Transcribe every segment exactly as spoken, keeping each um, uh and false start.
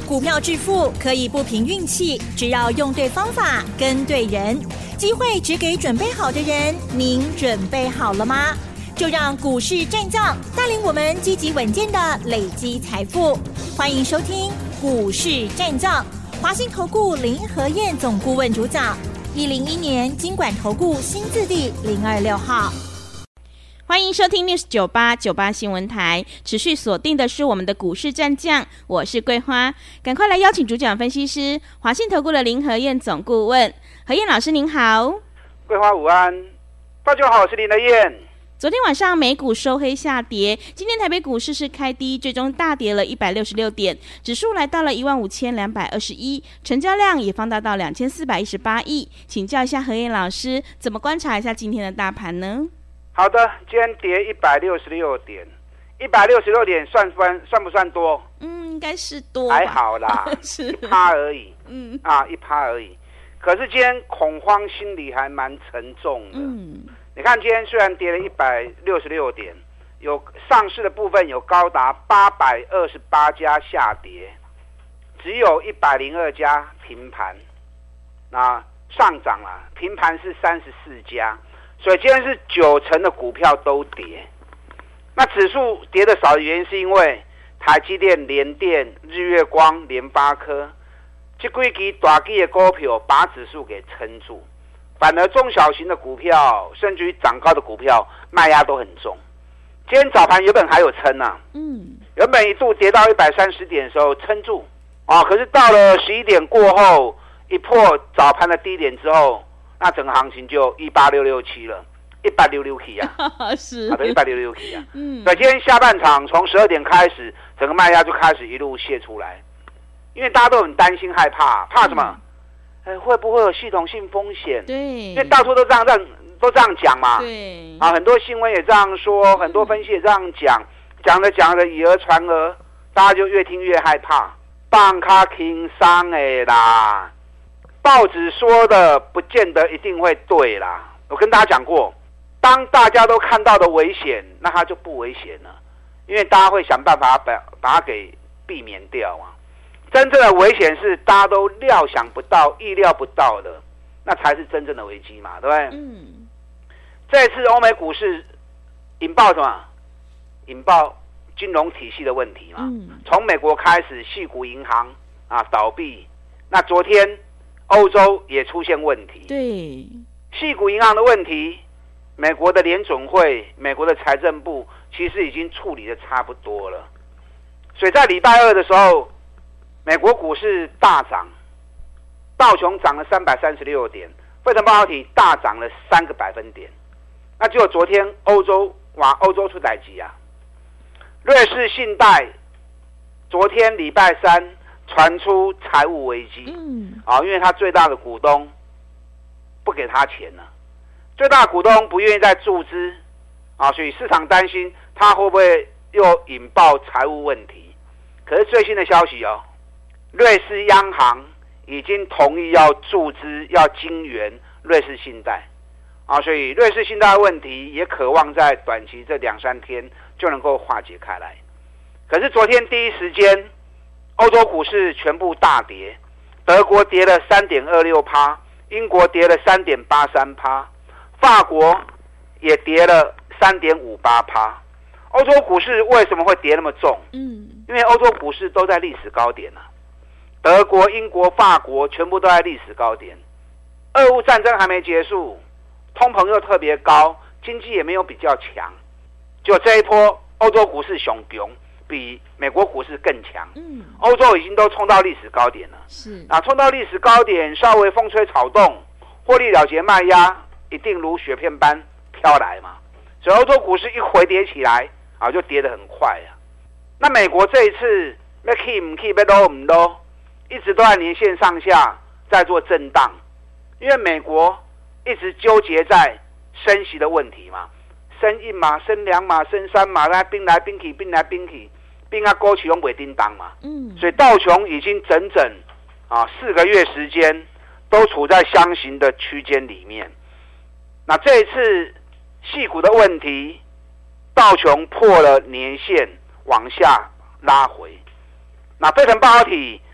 股票致富可以不凭运气，只要用对方法跟对人，机会只给准备好的人。您准备好了吗？就让股市战将带领我们积极稳健的累积财富。欢迎收听股市战将，华信投顾林和彥总顾问主讲，一零一年金管投顾新字第零二六号。 欢迎收听 News 九八九八新闻台，持续锁定的是我们的股市战将，我是桂花，赶快来邀请主讲分析师华信投顾的林和彥总顾问。和彥老师您好。 桂花午安，大家好，我是林和彥。 昨天晚上美股收黑下跌，今天台北股市是开低，最终大跌了一百六十六点，指数来到了一万五千两百二十一，成交量也放大到两千四百一十八亿。请教一下和彥老师，怎么观察一下今天的大盘呢？ 好的，今天跌一百六十六点，一百六十六点算算算不算多？ 嗯，应该是多吧， 还好啦，一趴而已，嗯啊，一趴而已。可是今天恐慌心理还蛮沉重的。嗯，你看今天虽然跌了一百六十六点，有上市的部分有高达八百二十八家下跌，只有一百零二家平盘，那上涨了，平盘是三十四家。所以今天是九成的股票都跌，那指数跌的少的原因是因为台积电、联电、日月光、联发科这几支大支的股票把指数给撑住，反而中小型的股票甚至于涨高的股票卖压都很重。今天早盘原本还有撑啊，嗯，原本一度跌到一百三十点的时候撑住啊，可是到了十一点过后一破早盘的低点之后，那整个行情就一八六六七了，一八六六七啊， 是啊，对，一八六六七啊。嗯，所以今天下半场从十二点开始，整个卖压就开始一路泄出来，因为大家都很担心害怕，怕什么？哎、嗯，会不会有系统性风险？ 对， 因为到处都这样，这样都这样讲嘛。 对， 啊，很多新闻也这样说，很多分析也这样讲，讲着讲着以讹传讹，大家就越听越害怕，放卡轻伤的啦。报纸说的不见得一定会对啦，我跟大家讲过，当大家都看到的危险，那它就不危险了，因为大家会想办法把把它给避免掉啊。真正的危险是大家都料想不到、意料不到的，那才是真正的危机嘛，对不对？嗯。这次欧美股市引爆什么？引爆金融体系的问题嘛。嗯。从美国开始，矽谷银行啊倒闭，那昨天欧洲也出现问题， 对， 矽谷银行的问题，美国的联准会、美国的财政部其实已经处理的差不多了。所以在礼拜二的时候，美国股市大涨，道琼涨了三百三十六点，费城半导体大涨了三个百分点。那只有昨天欧洲哇，欧洲出代志啊，瑞士信贷昨天礼拜三传出财务危机，嗯，啊，因为他最大的股东不给他钱了，最大的股东不愿意再注资，啊，所以市场担心他会不会又引爆财务问题。可是最新的消息哦，瑞士央行已经同意要注资，要金援瑞士信贷，啊，所以瑞士信贷问题也渴望在短期这两三天就能够化解开来。可是昨天第一时间，欧洲股市全部大跌，德国跌了 三点二六%，英国跌了 三点八三%，法国也跌了 三点五八%。欧洲股市为什么会跌那么重？嗯，因为欧洲股市都在历史高点啊，德国、英国、法国全部都在历史高点。俄乌战争还没结束，通膨又特别高，经济也没有比较强，就这一波欧洲股市熊熊。比美国股市更强，嗯，欧洲已经都冲到历史高点了，是啊，冲到历史高点，稍微风吹草动，获利了结卖压一定如雪片般飘来嘛，所以欧洲股市一回跌起来啊，就跌得很快啊。那美国这一次要起不起，要落不落，一直都在年线上下在做震荡，因为美国一直纠结在升息的问题嘛，升一码、升两码、升三码，来兵来兵去，兵来兵去。并啊，过去拢袂叮当嘛，嗯，所以道琼已经整整啊四个月时间都处在箱型的区间里面。那这一次矽谷的问题，道琼破了年线往下拉回，那费城半导体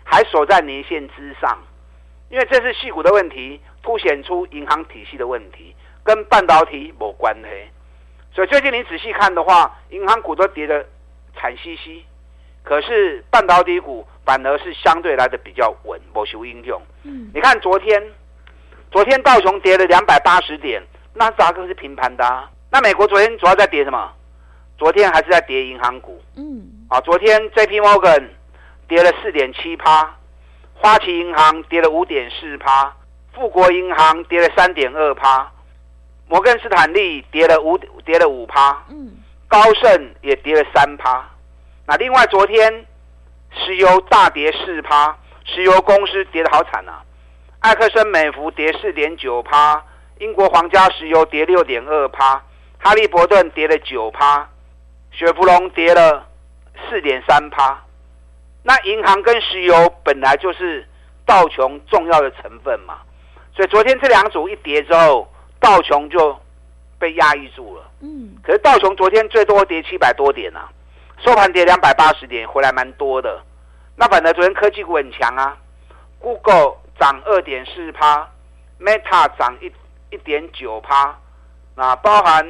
还守在年线之上，因为这是矽谷的问题，凸显出银行体系的问题，跟半导体没关系。所以最近你仔细看的话，银行股都跌得惨兮兮，可是半导体股反而是相对来的比较稳，没受影响。嗯，你看昨天，昨天道琼跌了两百八十点，纳斯达克是平盘的啊。那美国昨天主要在跌什么？昨天还是在跌银行股。嗯，啊，昨天 J P Morgan 跌了 四点七趴， 花旗银行跌了 五点四趴， 富国银行跌了 三点二趴， 摩根斯坦利跌了五跌了五趴，嗯，高盛也跌了三趴。那另外昨天石油大跌四趴，石油公司跌得好惨啊，埃克森美孚跌 四点九趴， 英国皇家石油跌 六点二趴， 哈利伯顿跌了九趴，雪佛龙跌了 四点三趴。那银行跟石油本来就是道琼重要的成分嘛，所以昨天这两组一跌之后，道琼就被压抑住了。嗯，可是道琼昨天最多跌七百多点啊，收盘跌两百八十点，回来蛮多的。那反正昨天科技股很强啊 ，Google 涨 二点四趴， Meta 涨 一点九趴， 那包含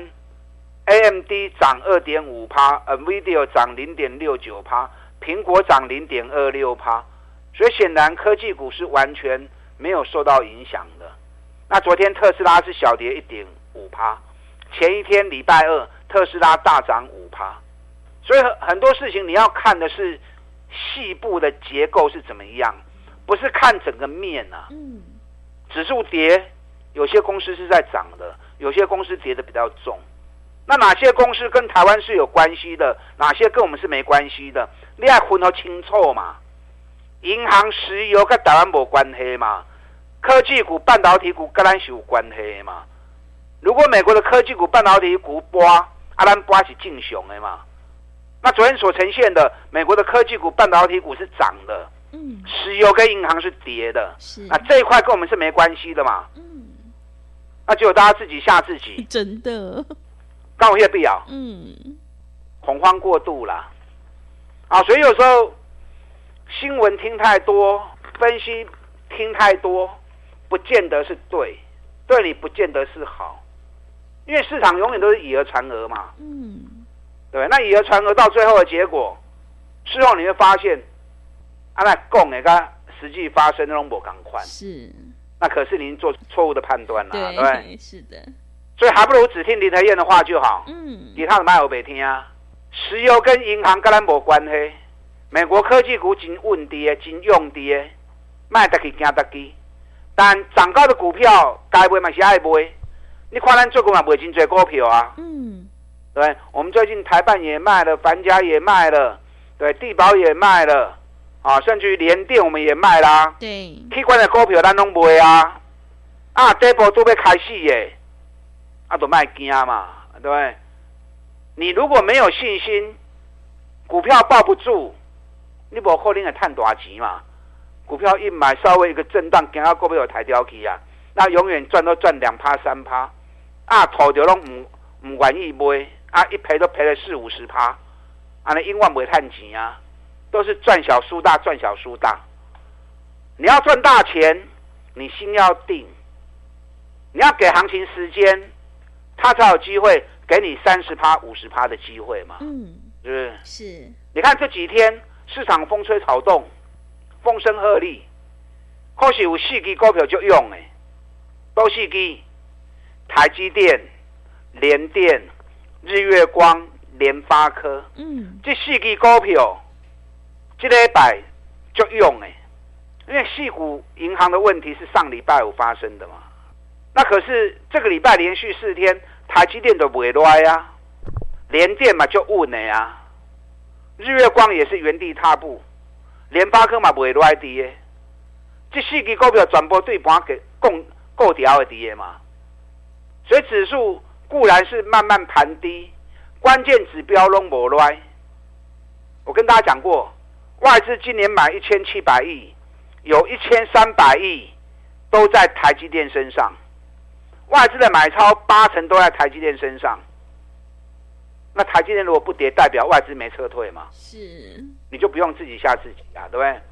A M D 涨 二点五趴， Nvidia 涨 零点六九趴， 苹果涨 零点二六趴， 所以显然科技股是完全没有受到影响的。那昨天特斯拉是小跌 一点五趴， 前一天礼拜二特斯拉大涨 五趴， 所以很多事情你要看的是细部的结构是怎么样，不是看整个面啊。嗯，指数跌，有些公司是在涨的，有些公司跌得比较重。那哪些公司跟台湾是有关系的，哪些跟我们是没关系的，你要分得清楚嘛。银行、石油跟台湾没关系嘛，科技股、半导体股跟咱是有关系嘛。如果美国的科技股、半导体股跌，啊，咱跌是正常的嘛。那昨天所呈现的美国的科技股、半导体股是涨的，嗯，石油跟银行是跌的，是那这一块跟我们是没关系的嘛。嗯，那就大家自己吓自己， 真的。 刚有必要，嗯，恐慌过度啦，啊，所以有时候新闻听太多，分析听太多，不见得是对，对你不见得是好，因为市场永远都是以讹传讹嘛，嗯，对，那以讹传讹到最后的结果，事后你会发现，啊，那讲的跟实际发生都不同款， 是， 那可是您做错误的判断啦，对，对不对？ 是的。 所以还不如只听林德燕的话就好。嗯，其他的卖我别听啊。石油跟银行跟咱没关系。美国科技股真稳跌，真用跌，卖得去惊得去。但涨高的股票该买嘛是爱买。你看咱最近嘛买真多股票啊。嗯，对，我们最近台办也卖了，凡家也卖了，对，地保也卖了，啊，甚至于联电我们也卖啦。 对， 去关的股票咱拢买啊。啊，这波都要开始耶。啊，都卖惊嘛，对不对？你如果没有信心，股票抱不住，你不可能会赚大钱嘛。股票一买，稍微一个震荡，惊到股票有抬掉去啊，那永远赚都赚两趴三趴，啊，头就拢唔唔愿意买，啊，一赔都赔了四五十趴，啊，那永远不会赚钱啊，都是赚小输大，赚小输大。你要赚大钱，你心要定，你要给行情时间。他才有机会给你三十趴、五十趴的机会嘛？嗯，是不是？ 是。 你看这几天市场风吹草动，风声鹤唳，可是有四支股票就用诶，都四支：台积电、联电、日月光、联发科。嗯，这四支股票，这礼拜就用诶，因为矽谷银行的问题是上礼拜五发生的嘛。那可是这个礼拜连续四天，台积电都不会来啊，联电嘛就稳了呀，日月光也是原地踏步，联发科嘛不会来的，这四支股票全部对盘给供够调的跌嘛，所以指数固然是慢慢盘低，关键指标拢没来。我跟大家讲过，外资今年买一千七百亿，有一千三百亿都在台积电身上。外资的买超八成都在台积电身上，那台积电如果不跌，代表外资没撤退嘛？ 是， 你就不用自己吓自己啊，对不对？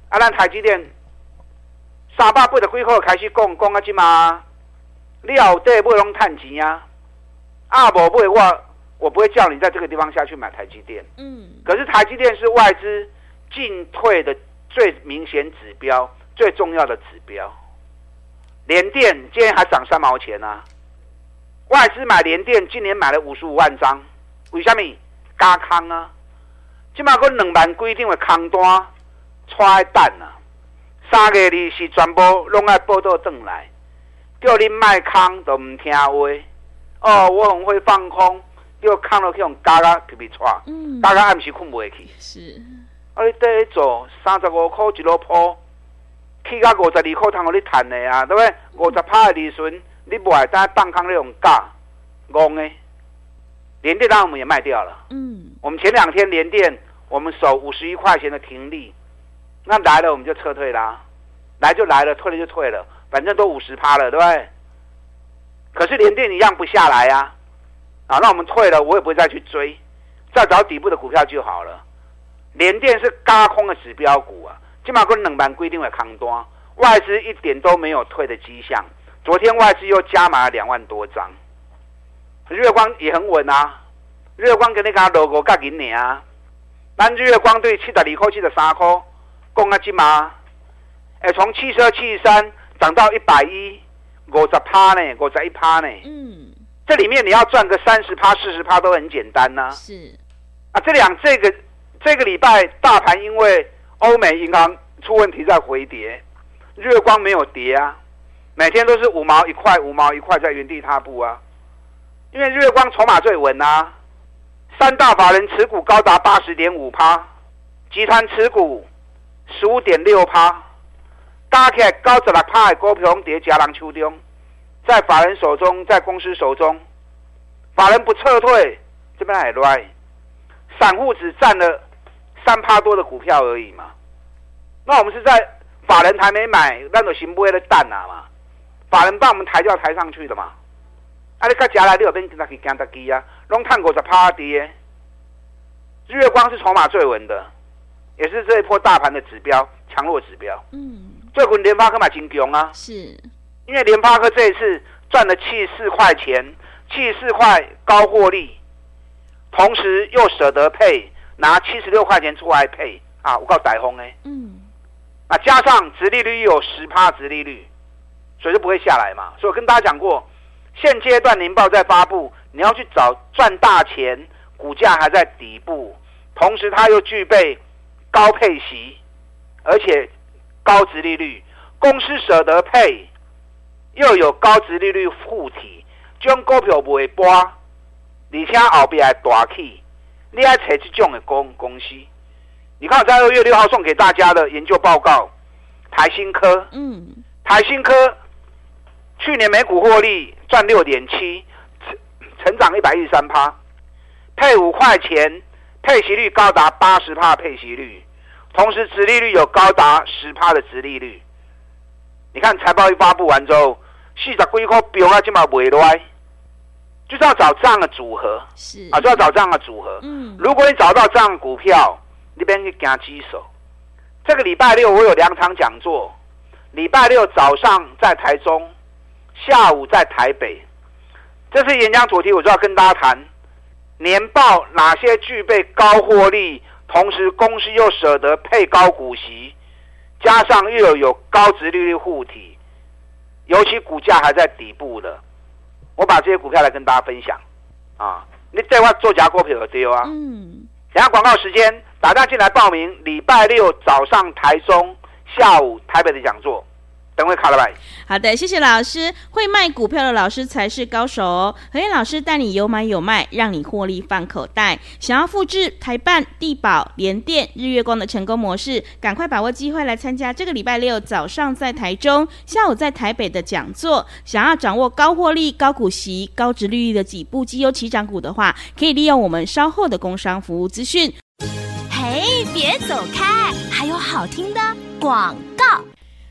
啊，咱台积电三百八十几块开始讲，讲啊，即嘛，你后底买拢赚钱啊，啊无买我我不会叫你在这个地方下去买台积电。 嗯， 可是台积电是外资进退的最明显指标，最重要的指标。联电今天还涨三毛钱啊！外资买联电今年买了五十五万张，为什么？加空啊！即马佫两万几张的空单，带等啊！三月二是全部拢爱报到转来，叫恁卖空都唔听话。哦，我很会放空，叫空落去用加啊，皮皮带，加到暗时困袂去。 是。 啊，你第一做三十五块一路铺，去到五十二块，通互你赚的啊，对不对？五十趴的利润，你卖等放空你用加，戆的。联电当然我们也卖掉了。嗯。我们前两天联电，我们守五十一块钱的停利，那来了我们就撤退啦，来就来了，退了就退了，反正都五十趴了，对不对？可是联电一样不下来啊，啊，那我们退了，我也不会再去追，再找底部的股票就好了。联电是軋空的指标股啊，基本上跟两万规定的空单，外资一点都没有退的迹象。昨天外资又加码了两万多张，日月光也很稳啊，日月光跟你讲 logo 甲银年啊，咱日月光对七十二块、七十三块，讲啊即嘛，哎，从七十二、七十三涨到一百一，五十趴呢，五十一趴呢，嗯，这里面你要赚个三十趴、四十趴都很简单呐、啊。 是啊，这两这个。这个礼拜大盘因为欧美银行出问题在回跌，日月光没有跌啊，每天都是五毛一块五毛一块在原地踏步啊。因为日月光筹码最稳啊，三大法人持股高达 八十点五趴， 集团持股 十五点六趴， 加起来九十六趴的股票在家人手中，在法人手中，在公司手中，法人不撤退，这边还来，散户只占了三趴多的股票而已嘛，那我们是在法人还没买，那种行不会的蛋啊嘛，法人帮我们抬就要抬上去的嘛，啊你看夹来六边跟他可以跟他低啊，拢探过十趴跌，日月光是筹码最稳的，也是这一波大盘的指标，强弱指标。嗯，最近联发科买金强啊， 是因为联发科这一次赚了七十四块钱，七十四块高获利，同时又舍得配。拿七十六块钱出来配啊，我告台风哎，嗯，啊加上殖利率有十趴殖利率，所以就不会下来嘛。所以我跟大家讲过，现阶段年报在发布，你要去找赚大钱，股价还在底部，同时它又具备高配息，而且高殖利率，公司舍得配，又有高殖利率护体，这种股票不会跌，而且后边还大起。你要找这种的公公司，你看我在二月六号送给大家的研究报告，台新科，嗯，台新科去年每股获利赚六点七，成长一百一十三趴，配五块钱，配息率高达八十趴配息率，同时殖利率有高达十趴的殖利率。你看财报一发布完之后，四十几块飙啊，今嘛袂来。就是要找这样的组合，是啊，就要找这样的组合。嗯，如果你找到这样的股票，你边去跟鸡手。这个礼拜六我有两场讲座，礼拜六早上在台中，下午在台北。这次演讲主题我就要跟大家谈年报哪些具备高获利，同时公司又舍得配高股息，加上又有高殖利率护体，尤其股价还在底部的。我把这些股票来跟大家分享，啊，你这块做假股票就对啊。嗯。等下广告时间，打电话进来报名，礼拜六早上台中，下午台北的讲座。等会卡了拜。 好的，谢谢老师。会卖股票的老师才是高手哦。何燕老师带你有买有卖，让你获利放口袋。想要复制台办、地保、联电、日月光的成功模式，赶快把握机会来参加这个礼拜六早上在台中，下午在台北的讲座。想要掌握高获利、高股息、高殖利率的几部绩优起涨股的话，可以利用我们稍后的工商服务资讯。 嘿，别走开，还有好听的广告。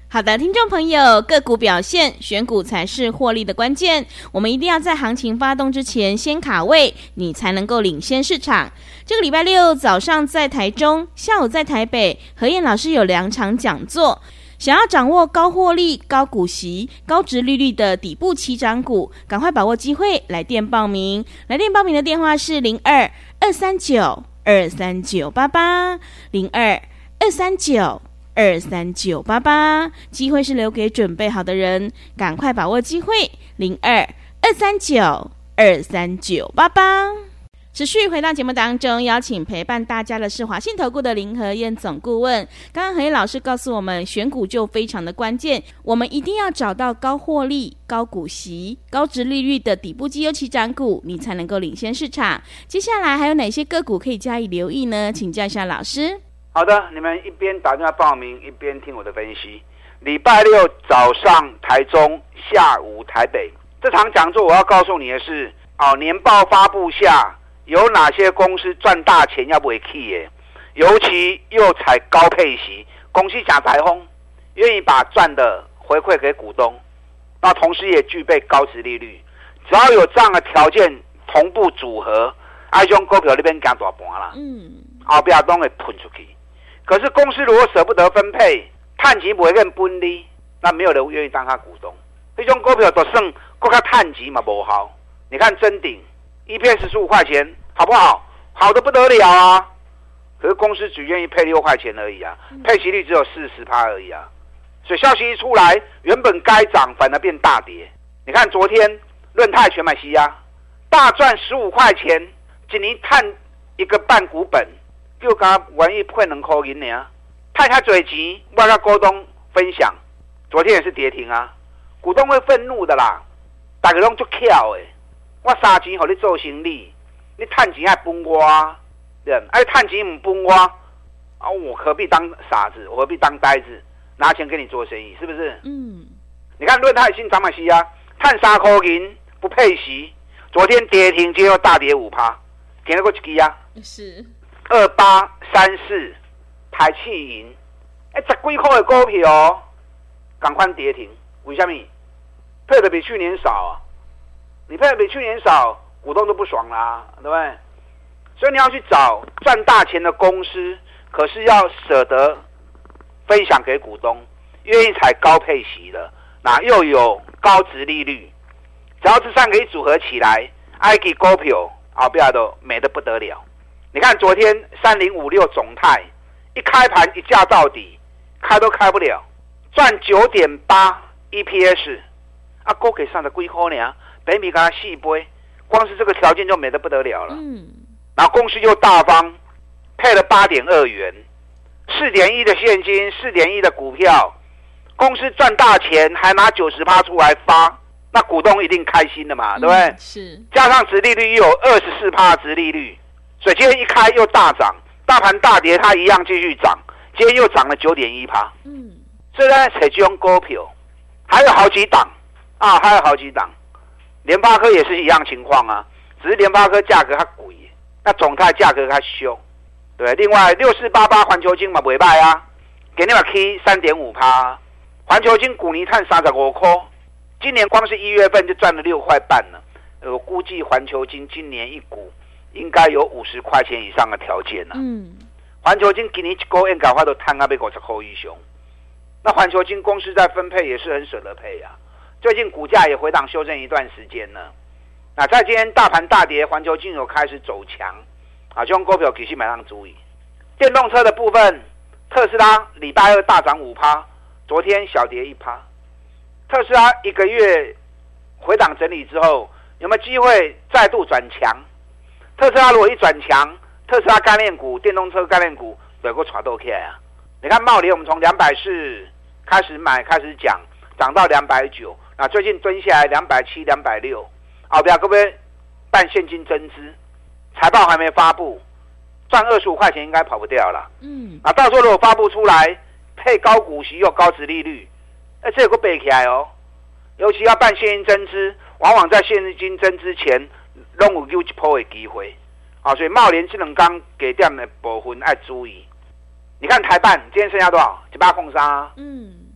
好的，听众朋友，个股表现，选股才是获利的关键。我们一定要在行情发动之前先卡位，你才能够领先市场。这个礼拜六早上在台中，下午在台北，何燕老师有两场讲座。想要掌握高获利、高股息、高殖利率的底部起涨股，赶快把握机会，来电报名。来电报名的电话是零二二三九二三九八八零二二三九。二三九八八，机会是留给准备好的人，赶快把握机会。零二二三九二三九八八。持续回到节目当中，邀请陪伴大家的是华信投顾的林和燕总顾问。刚刚和燕老师告诉我们，选股就非常的关键，我们一定要找到高获利、高股息、高殖利率的底部绩优起涨股，你才能够领先市场。接下来还有哪些个股可以加以留意呢？请教一下老师。 好的，你们一边打电话报名，一边听我的分析。礼拜六早上台中，下午台北，这场讲座我要告诉你的是，哦，年报发布下有哪些公司赚大钱要不会去的，尤其又采高配息，公司假台风，愿意把赚的回馈给股东，那同时也具备高殖利率，只要有这样的条件同步组合，爱种股票那边加大盘啦，嗯，后边都会喷出去。可是公司如果舍不得分配，碳钱不会更分离，那没有人愿意当他股东。这种股票就剩更加碳钱嘛不好。你看臻鼎 E P S 十五块钱，好不好？好的不得了啊！可是公司只愿意配六块钱而已啊，配息率只有四十趴而已啊。所以消息一出来，原本该涨反而变大跌。你看昨天润泰全买西亚，大赚十五块钱，一年碳一个半股本。就刚玩一配两块银呢，太太嘴急，我跟股东分享，昨天也是跌停啊，股东会愤怒的啦，大家拢足巧诶，我三钱给你做生意，你赚钱还分我，对，哎，赚钱不分我，啊，我何必当傻子，我何必当呆子，拿钱给你做生意，是不是？嗯，你看润泰新涨买西啊，赚三块银不配息，昨天跌停，今天又大跌五趴，今天过一支啊， 是。 二八三四台气银，哎，十几块的股票哦，赶快跌停，为什么？配的比去年少啊，你配的比去年少，股东都不爽啦，对不对？所以你要去找赚大钱的公司，可是要舍得分享给股东，愿意采高配息的，那又有高殖利率，只要这三个一组合起来，埃及股票后边都美得不得了。你看昨天三零五六总泰一开盘一价到底，开都开不了，赚 九点八 E P S， 啊，股给上的几块呢，北米跟他四倍，光是这个条件就美得不得了了。嗯，然后公司又大方，配了 八点二元， 四点一 的现金， 四点一 的股票，公司赚大钱还拿 百分之九十 出来发，那股东一定开心的嘛，对不对？ 嗯，是。加上殖利率又有 百分之二十四 的殖利率。所以今天一开又大涨，大盘大跌，它一样继续涨，今天又涨了 九点一。嗯，所以呢，采这种股票还有好几档啊，还有好几档。联发科也是一样情况啊，只是联发科价格它贵，那总泰价格它凶，对。另外六四八八环球金嘛不赖啊，给你们 K 三点五趴，环球金股泥碳三十五块，今年光是一月份就赚了六块半了。我估计环球金今年一股应该有五十块钱以上的条件了。嗯，环球金今年一股应该话都摊到要五十块以上。那环球金公司在分配也是很舍得配啊。最近股价也回档修正一段时间了。那在今天大盘大跌，环球金有开始走强啊，这种股票其实马上注意。电动车的部分，特斯拉礼拜二大涨五趴，昨天小跌一趴。特斯拉一个月回档整理之后，有没有机会再度转强？特斯拉如果一转强，特斯拉概念股、电动车概念股有个传豆起来啊！你看茂联，我们从两百四开始买，开始讲，涨到两百九，那最近蹲下来两百七、两百六，后边可不可以办现金增资？财报还没发布，赚二十五块钱应该跑不掉了。嗯，啊，到时候如果发布出来，配高股息又高殖利率，哎，这有个背起来哦。尤其要办现金增资，往往在现金增资前，都有有一波的机会。啊，所以茂联智能钢给店的部分要注意。你看台办今天剩下多少？一百空三。嗯，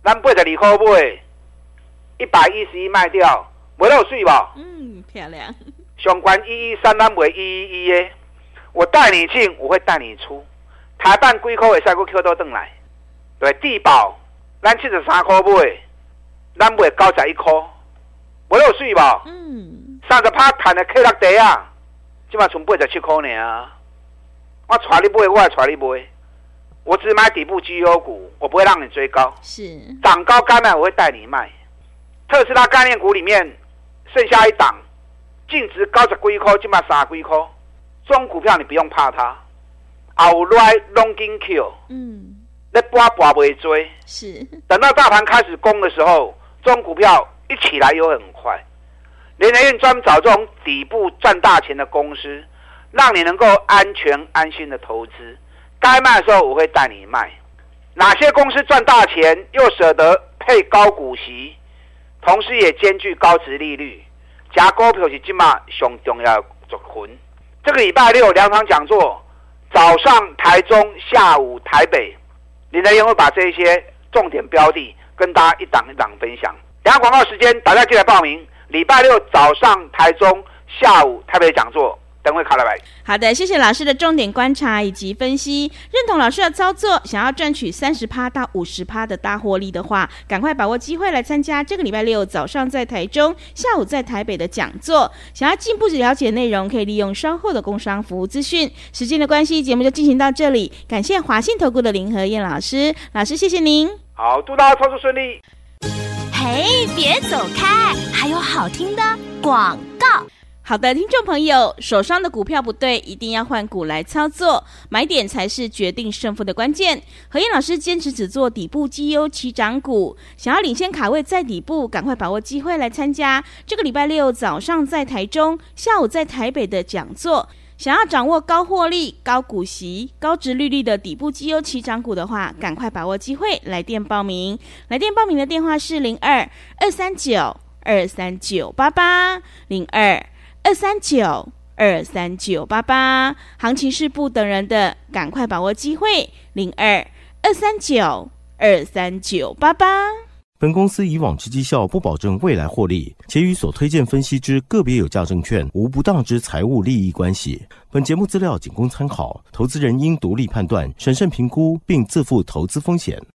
咱八十二块买，一百一十一卖掉，没漏水吧？ 嗯，漂亮。 上关一一三，咱买一一一的。我带你进，我会带你出。台办几块会使我 Q 倒转来。对，地保，咱七十三块买，咱买九十一块，没漏水吧？ 嗯， 三十趴赚的 K 六地啊，即马剩八十七块呢啊！我带你买，我也带你买。我只买底部绩优股，我不会让你追高。 是涨高该卖，我会带你卖。特斯拉概念股里面剩下一档，净值九十几块，即马三十几块。这种股票你不用怕它，后来拢紧 Q。 嗯， 你拔拔不会追。 是等到大盘开始攻的时候，这种股票一起来又很快。联合院专门找这种底部赚大钱的公司，让你能够安全安心的投资。该卖的时候我会带你卖。哪些公司赚大钱又舍得配高股息，同时也兼具高殖利率？夹股票是今嘛上重要的族群。这个礼拜六两场讲座，早上台中，下午台北，林德燕会把这些重点标的跟大家一档一档分享。两个广告时间，大家记得报名。礼拜六早上台中，下午台北讲座。等会卡了来。 好的，谢谢老师的重点观察以及分析，认同老师的操作，想要赚取 百分之三十 到 百分之五十 的大获利的话，赶快把握机会来参加这个礼拜六早上在台中，下午在台北的讲座。想要进一步了解内容，可以利用稍后的工商服务资讯。时间的关系，节目就进行到这里，感谢华信投顾的林和燕老师，老师谢谢您。 好，祝大家操作顺利。 嘿，别走开，还有好听的广告。 好的，听众朋友，手上的股票不对，一定要换股来操作，买点才是决定胜负的关键。和燕老师坚持只做底部绩优起涨股，想要领先卡位在底部，赶快把握机会来参加这个礼拜六早上在台中，下午在台北的讲座。想要掌握高获利、高股息、高殖利率的底部绩优起涨股的话，赶快把握机会，来电报名。来电报名的电话是零二二三九二三九八八零二二三九二三九八八，行情是不等人的，赶快把握机会，零二二三九二三九八八。 本公司以往之绩效不保证未来获利，且与所推荐分析之个别有价证券无不当之财务利益关系。本节目资料仅供参考，投资人应独立判断、审慎评估，并自负投资风险。